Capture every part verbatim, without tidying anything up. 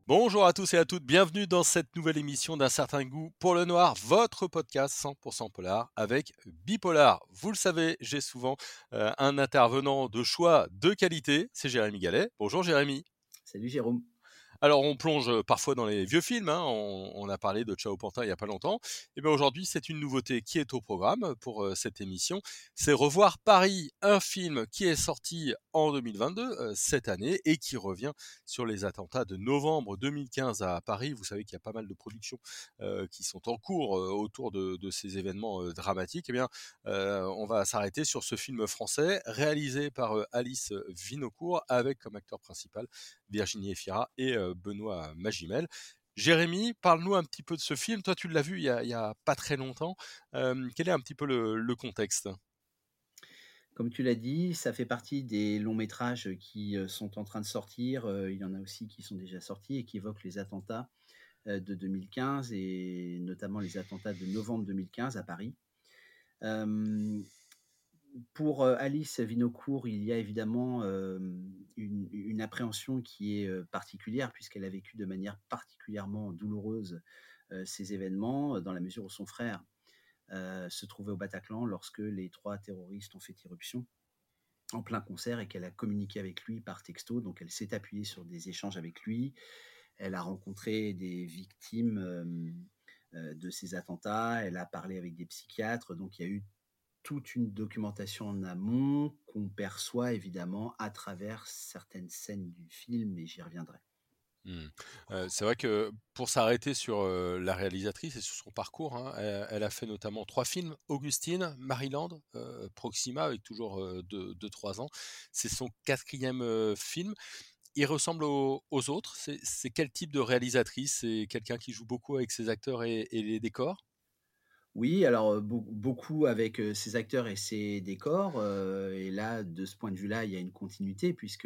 Bonjour à tous et à toutes, bienvenue dans cette nouvelle émission d'Un certain goût pour le noir, votre podcast cent pour cent polar avec Bipolar. Vous le savez, j'ai souvent euh, un intervenant de choix de qualité, c'est Jérémy Gallet. Bonjour Jérémy. Salut Jérôme. Alors on plonge parfois dans les vieux films, hein, on, on a parlé de Ciao Pantin il n'y a pas longtemps, et bien aujourd'hui c'est une nouveauté qui est au programme pour euh, cette émission, c'est Revoir Paris, un film qui est sorti en deux mille vingt-deux, euh, cette année, et qui revient sur les attentats de novembre deux mille quinze à Paris. Vous savez qu'il y a pas mal de productions euh, qui sont en cours euh, autour de, de ces événements euh, dramatiques, et bien euh, on va s'arrêter sur ce film français réalisé par euh, Alice Vinocourt avec comme acteur principal Virginie Efira et euh, Benoît Magimel. Jérémy, parle-nous un petit peu de ce film. Toi, tu l'as vu il y a, il y a pas très longtemps. Euh, quel est un petit peu le, le contexte? Comme tu l'as dit, ça fait partie des longs métrages qui euh, sont en train de sortir. Euh, Il y en a aussi qui sont déjà sortis et qui évoquent les attentats euh, de deux mille quinze et notamment les attentats de novembre deux mille quinze à Paris. Euh, pour euh, Alice Vinocourt, il y a évidemment euh, une, une appréhension qui est euh, particulière puisqu'elle a vécu de manière particulièrement douloureuse euh, ces événements euh, dans la mesure où son frère euh, se trouvait au Bataclan lorsque les trois terroristes ont fait irruption en plein concert et qu'elle a communiqué avec lui par texto. Donc elle s'est appuyée sur des échanges avec lui. Elle a rencontré des victimes euh, euh, de ces attentats. Elle a parlé avec des psychiatres. Donc il y a eu toute une documentation en amont qu'on perçoit évidemment à travers certaines scènes du film, et j'y reviendrai. Hmm. Euh, c'est vrai que pour s'arrêter sur euh, la réalisatrice et sur son parcours, hein, elle, elle a fait notamment trois films, Augustine, Maryland, euh, Proxima, avec toujours euh, deux, deux, trois ans. C'est son quatrième euh, film. Il ressemble aux, aux autres. C'est, c'est quel type de réalisatrice? C'est quelqu'un qui joue beaucoup avec ses acteurs et, et les décors? Oui, alors euh, beau- beaucoup avec euh, ses acteurs et ses décors. Euh, et là, de ce point de vue-là, il y a une continuité puisque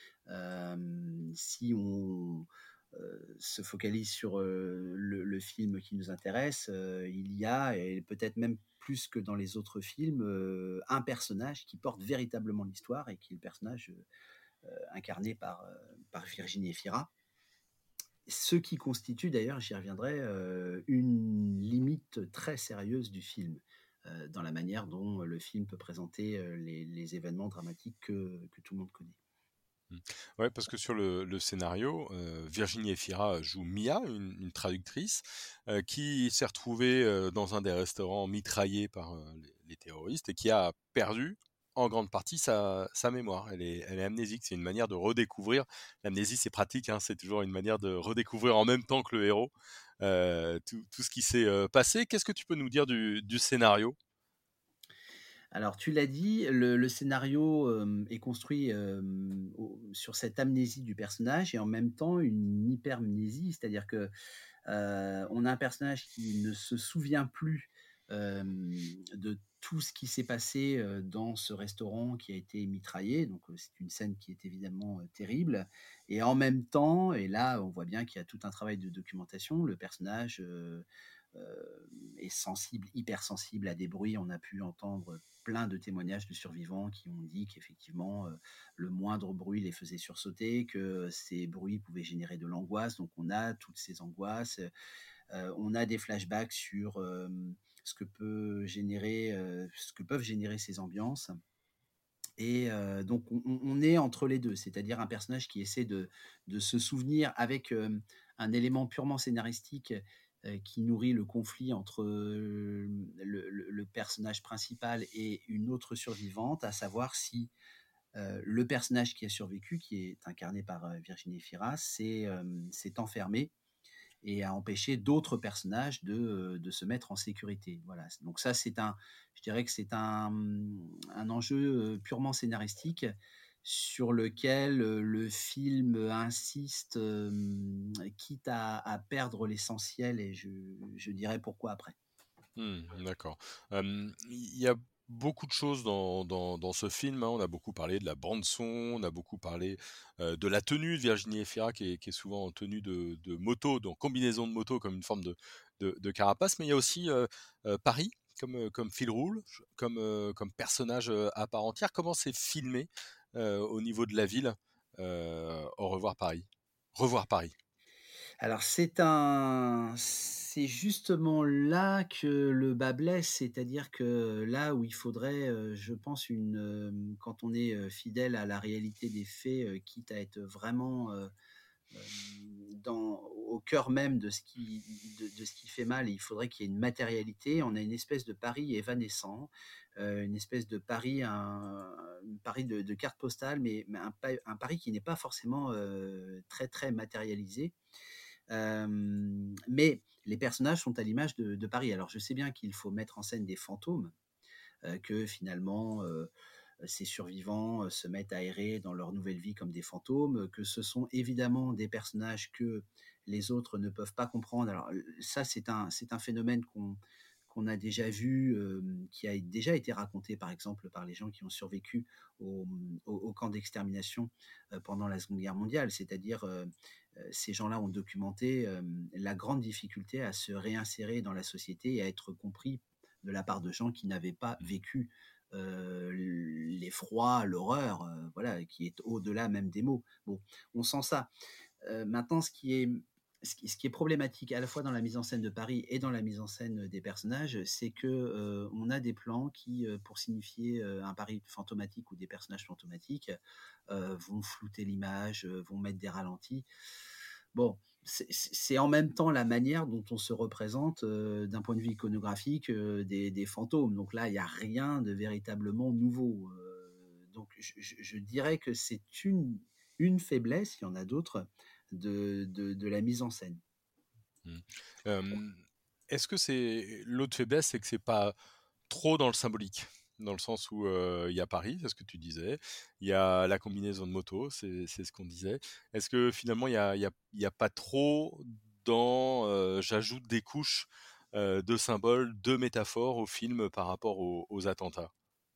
Euh, si on euh, se focalise sur euh, le, le film qui nous intéresse, euh, il y a, et peut-être même plus que dans les autres films, euh, un personnage qui porte véritablement l'histoire et qui est le personnage euh, incarné par, euh, par Virginie Efira. Ce qui constitue d'ailleurs, j'y reviendrai, euh, une limite très sérieuse du film, euh, dans la manière dont le film peut présenter euh, les, les événements dramatiques que, que tout le monde connaît. Mm. Ouais, parce que sur le, le scénario, euh, Virginie Efira joue Mia, une, une traductrice, euh, qui s'est retrouvée euh, dans un des restaurants mitraillés par euh, les, les terroristes et qui a perdu en grande partie sa, sa mémoire. Elle est, elle est amnésique. C'est une manière de redécouvrir. L'amnésie, c'est pratique, hein, c'est toujours une manière de redécouvrir en même temps que le héros euh, tout, tout ce qui s'est euh, passé. Qu'est-ce que tu peux nous dire du, du scénario? Alors, tu l'as dit, le, le scénario euh, est construit euh, au- sur cette amnésie du personnage et en même temps une hypermnésie, c'est-à-dire que euh, on a un personnage qui ne se souvient plus euh, de tout ce qui s'est passé euh, dans ce restaurant qui a été mitraillé. Donc, euh, c'est une scène qui est évidemment euh, terrible. Et en même temps, et là, on voit bien qu'il y a tout un travail de documentation. Le personnage euh, euh, est sensible, hypersensible à des bruits. On a pu entendre plein de témoignages de survivants qui ont dit qu'effectivement, euh, le moindre bruit les faisait sursauter, que ces bruits pouvaient générer de l'angoisse. Donc, on a toutes ces angoisses. Euh, on a des flashbacks sur euh, ce que peut générer, euh, ce que peuvent générer ces ambiances. Et euh, donc, on, on, est entre les deux, c'est-à-dire un personnage qui essaie de, de se souvenir avec euh, un élément purement scénaristique euh, qui nourrit le conflit entre euh, le, le, le, personnage principal et une autre survivante, à savoir si euh, le personnage qui a survécu, qui est incarné par euh, Virginie Fira, s'est, euh, s'est enfermé et à empêcher d'autres personnages de, euh, de se mettre en sécurité. Voilà. Donc ça, c'est un, je dirais que c'est un, un enjeu purement scénaristique sur lequel le film insiste, euh, quitte à, à perdre l'essentiel, et je, je dirais pourquoi après. Hmm, d'accord. Euh, Il y a beaucoup de choses dans, dans, dans ce film, hein. On a beaucoup parlé de la bande son, on a beaucoup parlé euh, de la tenue de Virginie Efira qui est, qui est souvent en tenue de, de moto, donc combinaison de moto comme une forme de, de, de carapace. Mais il y a aussi euh, euh, Paris comme, euh, comme fil rouge, comme, euh, comme personnage euh, à part entière. Comment c'est filmé euh, au niveau de la ville euh, au revoir Paris? Revoir Paris. Alors c'est un c'est justement là que le bât blesse, c'est-à-dire que là où il faudrait, heu, je pense une, hem, quand on est, heu, fidèle à la réalité des faits, heu, quitte à être vraiment, heu, hem, dans au cœur même de ce qui de de ce qui fait mal, il faudrait qu'il y ait une matérialité. On a une espèce de Paris évanescent, heu, une espèce de Paris, un une Paris de de carte postale, mais mais un pa un Paris qui n'est pas forcément, heu, très, très matérialisé. Hem, mais les personnages sont à l'image de de Paris. Alors je sais bien qu'il faut mettre en scène des fantômes, heu, que finalement, heu, ces survivants, heu, se mettent à errer dans leur nouvelle vie comme des fantômes, que ce sont évidemment des personnages que les autres ne peuvent pas comprendre. Alors, heu, ça c'est un c'est un phénomène qu'on qu'on a déjà vu, hem, qui a déjà été raconté par exemple par les gens qui ont survécu au, mmh, au au camp d'extermination, heu, pendant la Seconde Guerre mondiale. C'est-à-dire, heu heu, ces gens-là ont documenté, hem, la grande difficulté à se réinsérer dans la société et à être compris de la part de gens qui n'avaient pas vécu, heu, l'effroi, l'horreur, heu, voilà, qui est au-delà même des mots. Bon, on sent ça. Heu, maintenant ce qui est ce qui ce qui est problématique à la fois dans la mise en scène de Paris et dans la mise en scène des personnages, c'est que, heu, on a des plans qui, heu, pour signifier, heu, un Paris fantomatique ou des personnages fantomatiques, heu, vont flouter l'image, heu, vont mettre des ralentis. Bon, c'est c'est c'est en même temps la manière dont on se représente, heu, d'un point de vue iconographique, heu, des des fantômes. Donc là, il y a rien de véritablement nouveau, heu, donc je je je dirais que c'est une une faiblesse, il y en a d'autres, de de de la mise en scène. Mmh. Hem, est-ce que c'est l'autre faiblesse, c'est que c'est pas trop dans le symbolique? Dans le sens où, heu, il y a Paris, c'est ce que tu disais, il y a la combinaison de moto, c'est c'est ce qu'on disait. Est-ce que finalement il y a il y a il y a pas trop dans, heu, j'ajoute des couches, heu, de symboles, de métaphores au film par rapport aux aux attentats?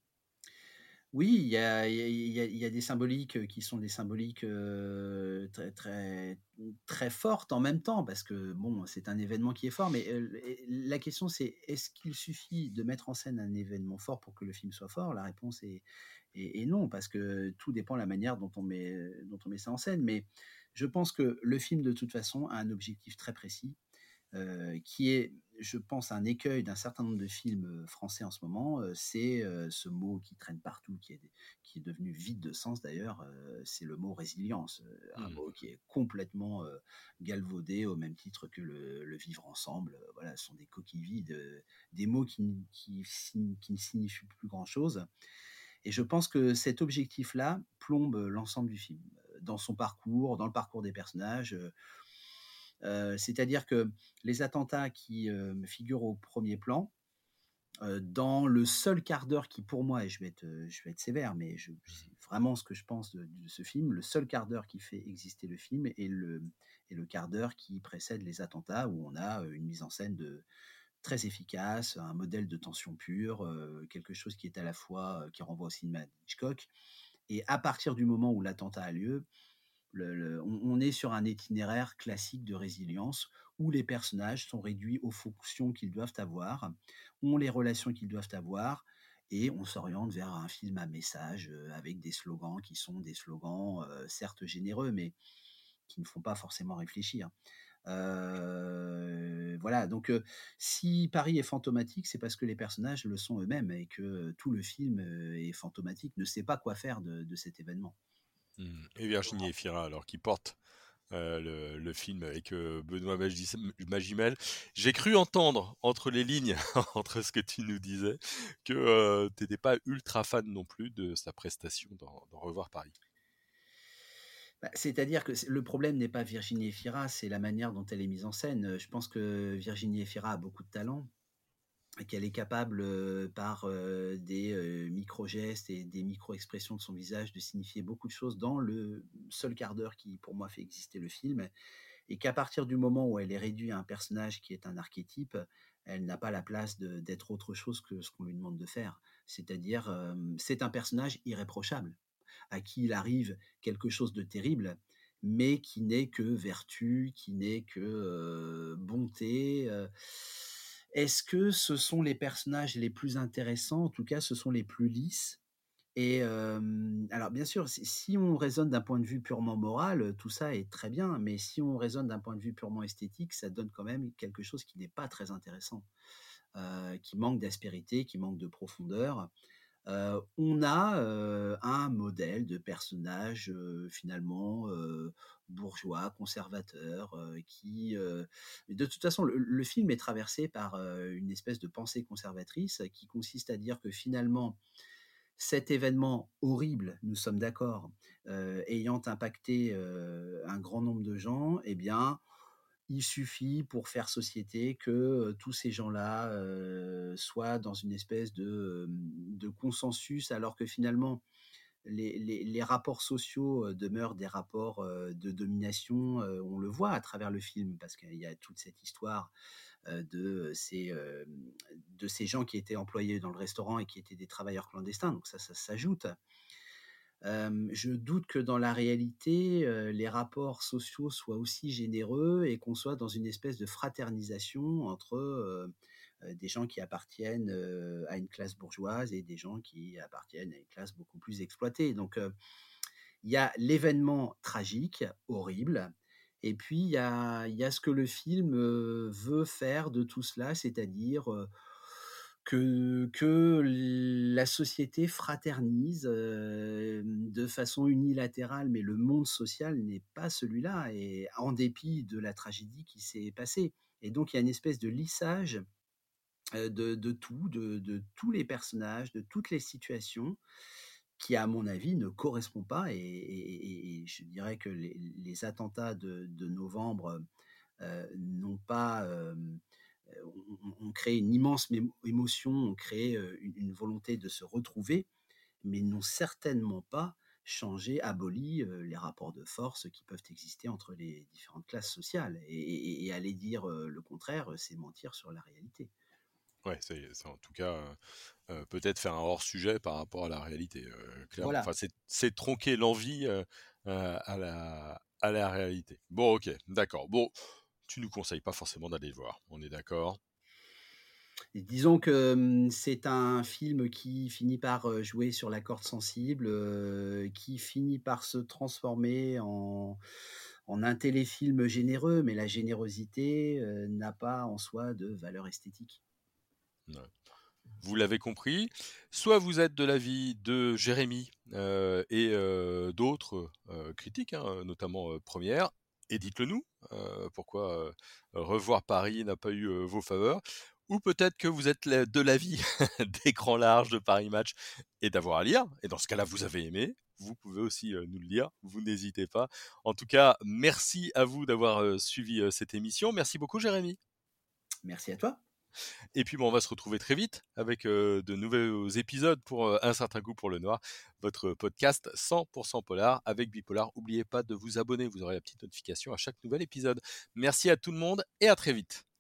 Oui, il y a il y a il y a il y a des symboliques, heu, qui sont des symboliques, heu, très très très fortes en même temps parce que bon, c'est un événement qui est fort, mais, heu, et la question c'est: est-ce qu'il suffit de mettre en scène un événement fort pour que le film soit fort? La réponse est est est non, parce que tout dépend de la manière dont on met, dont on met ça en scène. Mais je pense que le film de toute façon a un objectif très précis, heu, qui est, je pense, un écueil d'un certain nombre de films, heu, français en ce moment, heu, c'est, heu, ce mot qui traîne partout, qui est qui est devenu vide de sens d'ailleurs, heu, c'est le mot résilience, heu, un Mmh. mot qui est complètement, heu, galvaudé au même titre que le le vivre ensemble, heu, voilà, ce sont des coquilles vides, heu, des mots qui n qui sign qui ne signifient plus grand chose et je pense que cet objectif-là plombe l'ensemble du film, heu, dans son parcours, dans le parcours des personnages, heu Heu, c'est-à-dire que les attentats qui, hem, figurent au premier plan, heu, dans le seul quart d'heure qui pour moi et je vais être, heu, je vais être sévère, mais je c'est Mmh. vraiment ce que je pense de de ce film, le seul quart d'heure qui fait exister le film est le est le quart d'heure qui précède les attentats où on a, heu, une mise en scène de très efficace, un modèle de tension pure, heu, quelque chose qui est à la fois, heu, qui renvoie au cinéma d'Hitchcock et à partir du moment où l'attentat a lieu, le le on on est sur un itinéraire classique de résilience où les personnages sont réduits aux fonctions qu'ils doivent avoir, ont les relations qu'ils doivent avoir et on s'oriente vers un film à message, heu, avec des slogans qui sont des slogans, heu, certes généreux, mais qui ne font pas forcément réfléchir. Heu, voilà, donc heu, si Paris est fantomatique, c'est parce que les personnages le sont eux-mêmes et que tout le film, heu, est fantomatique, ne sait pas quoi faire de de cet événement. Mmh. Et Virginie Efira alors qui porte, heu, le le film avec, heu, Benoît Magis Magimel. J'ai cru entendre entre les lignes, entre ce que tu nous disais, que, heu, tu étais pas ultra fan non plus de sa prestation dans dans Revoir Paris. Bah, c'est-à-dire que c'est le problème n'est pas Virginie Efira, c'est la manière dont elle est mise en scène. Heu, je pense que Virginie Efira a beaucoup de talent et qu'elle est capable, heu, par, heu, des, heu, micro-gestes et des micro-expressions de son visage de signifier beaucoup de choses dans le seul quart d'heure qui, pour moi, fait exister le film et qu'à partir du moment où elle est réduite à un personnage qui est un archétype, elle n'a pas la place de d'être autre chose que ce qu'on lui demande de faire. C'est-à-dire, hem, c'est un personnage irréprochable à qui il arrive quelque chose de terrible, mais qui n'est que vertu, qui n'est que, heu, bonté, heu. Est-ce que ce sont les personnages les plus intéressants? En tout cas, ce sont les plus lisses. Et hem, alors bien sûr, si si on raisonne d'un point de vue purement moral, tout ça est très bien, mais si on raisonne d'un point de vue purement esthétique, ça donne quand même quelque chose qui n'est pas très intéressant, heu, qui manque d'aspérité, qui manque de profondeur. Heu, on a, heu, un modèle de personnage, heu, finalement, heu, bourgeois, conservateur, heu, qui, heu de toute façon, le le film est traversé par, heu, une espèce de pensée conservatrice qui consiste à dire que finalement, cet événement horrible, nous sommes d'accord, heu, ayant impacté, heu, un grand nombre de gens, eh bien, il suffit pour faire société que, heu, tous ces gens-là, heu, soient dans une espèce de, hem, de consensus alors que finalement les les les rapports sociaux, heu, demeurent des rapports, heu, de domination, heu, on le voit à travers le film parce qu'il y a toute cette histoire, heu, de ces, hem, de ces gens qui étaient employés dans le restaurant et qui étaient des travailleurs clandestins, donc ça, ça s'ajoute. Hem, je doute que dans la réalité, heu, les rapports sociaux soient aussi généreux et qu'on soit dans une espèce de fraternisation entre, heu heu, des gens qui appartiennent, heu, à une classe bourgeoise et des gens qui appartiennent à une classe beaucoup plus exploitée. Donc, heu, il y a l'événement tragique, horrible et puis il y a il y a ce que le film, heu, veut faire de tout cela, c'est-à-dire, heu, que que la société fraternise, hem, de façon unilatérale, mais le monde social n'est pas celui-là et en dépit de la tragédie qui s'est passée et donc il y a une espèce de lissage, heu, de de tout, de de tous les personnages, de toutes les situations qui, à mon avis, ne correspond pas et et et et je dirais que les les attentats de de novembre, heu, n'ont pas, hem, heu, ont ont ont créé une immense mémo émotion, ont créé, heu, une une volonté de se retrouver, mais n'ont certainement pas changé, aboli, heu, les rapports de force qui peuvent exister entre les différentes classes sociales et et et aller dire, heu, le contraire, c'est mentir sur la réalité. Ouais, c'est c'est en tout cas, heu heu, peut-être faire un hors sujet par rapport à la réalité, heu, clairement. Voilà. Enfin, c'est c'est tronquer l'envie, heu heu, à la à la réalité. Bon, OK, d'accord. Bon, tu nous conseilles pas forcément d'aller le voir, on est d'accord? Et disons que, hem, c'est un film qui finit par, heu, jouer sur la corde sensible, heu, qui finit par se transformer en en un téléfilm généreux, mais la générosité, heu, n'a pas en soi de valeur esthétique. Ouais. Vous l'avez compris, soit vous êtes de l'avis de Jérémy, heu et heu, d'autres, heu, critiques, hein, notamment, heu, Première, et dites-le nous, heu, pourquoi, heu, Revoir Paris n'a pas eu, heu, vos faveurs. Ou peut-être que vous êtes la de l'avis d'Écran large, de Paris Match et d'Avoir à lire, et dans ce cas-là, vous avez aimé. Vous pouvez aussi, heu, nous le dire, vous n'hésitez pas. En tout cas, merci à vous d'avoir, heu, suivi, heu, cette émission. Merci beaucoup Jérémy. Merci à toi. Et puis, bon, on va se retrouver très vite avec euh, de nouveaux épisodes pour euh, Un certain goût pour le noir, votre podcast cent pour cent polar avec Bipolar. N'oubliez pas de vous abonner, vous aurez la petite notification à chaque nouvel épisode. Merci à tout le monde et à très vite.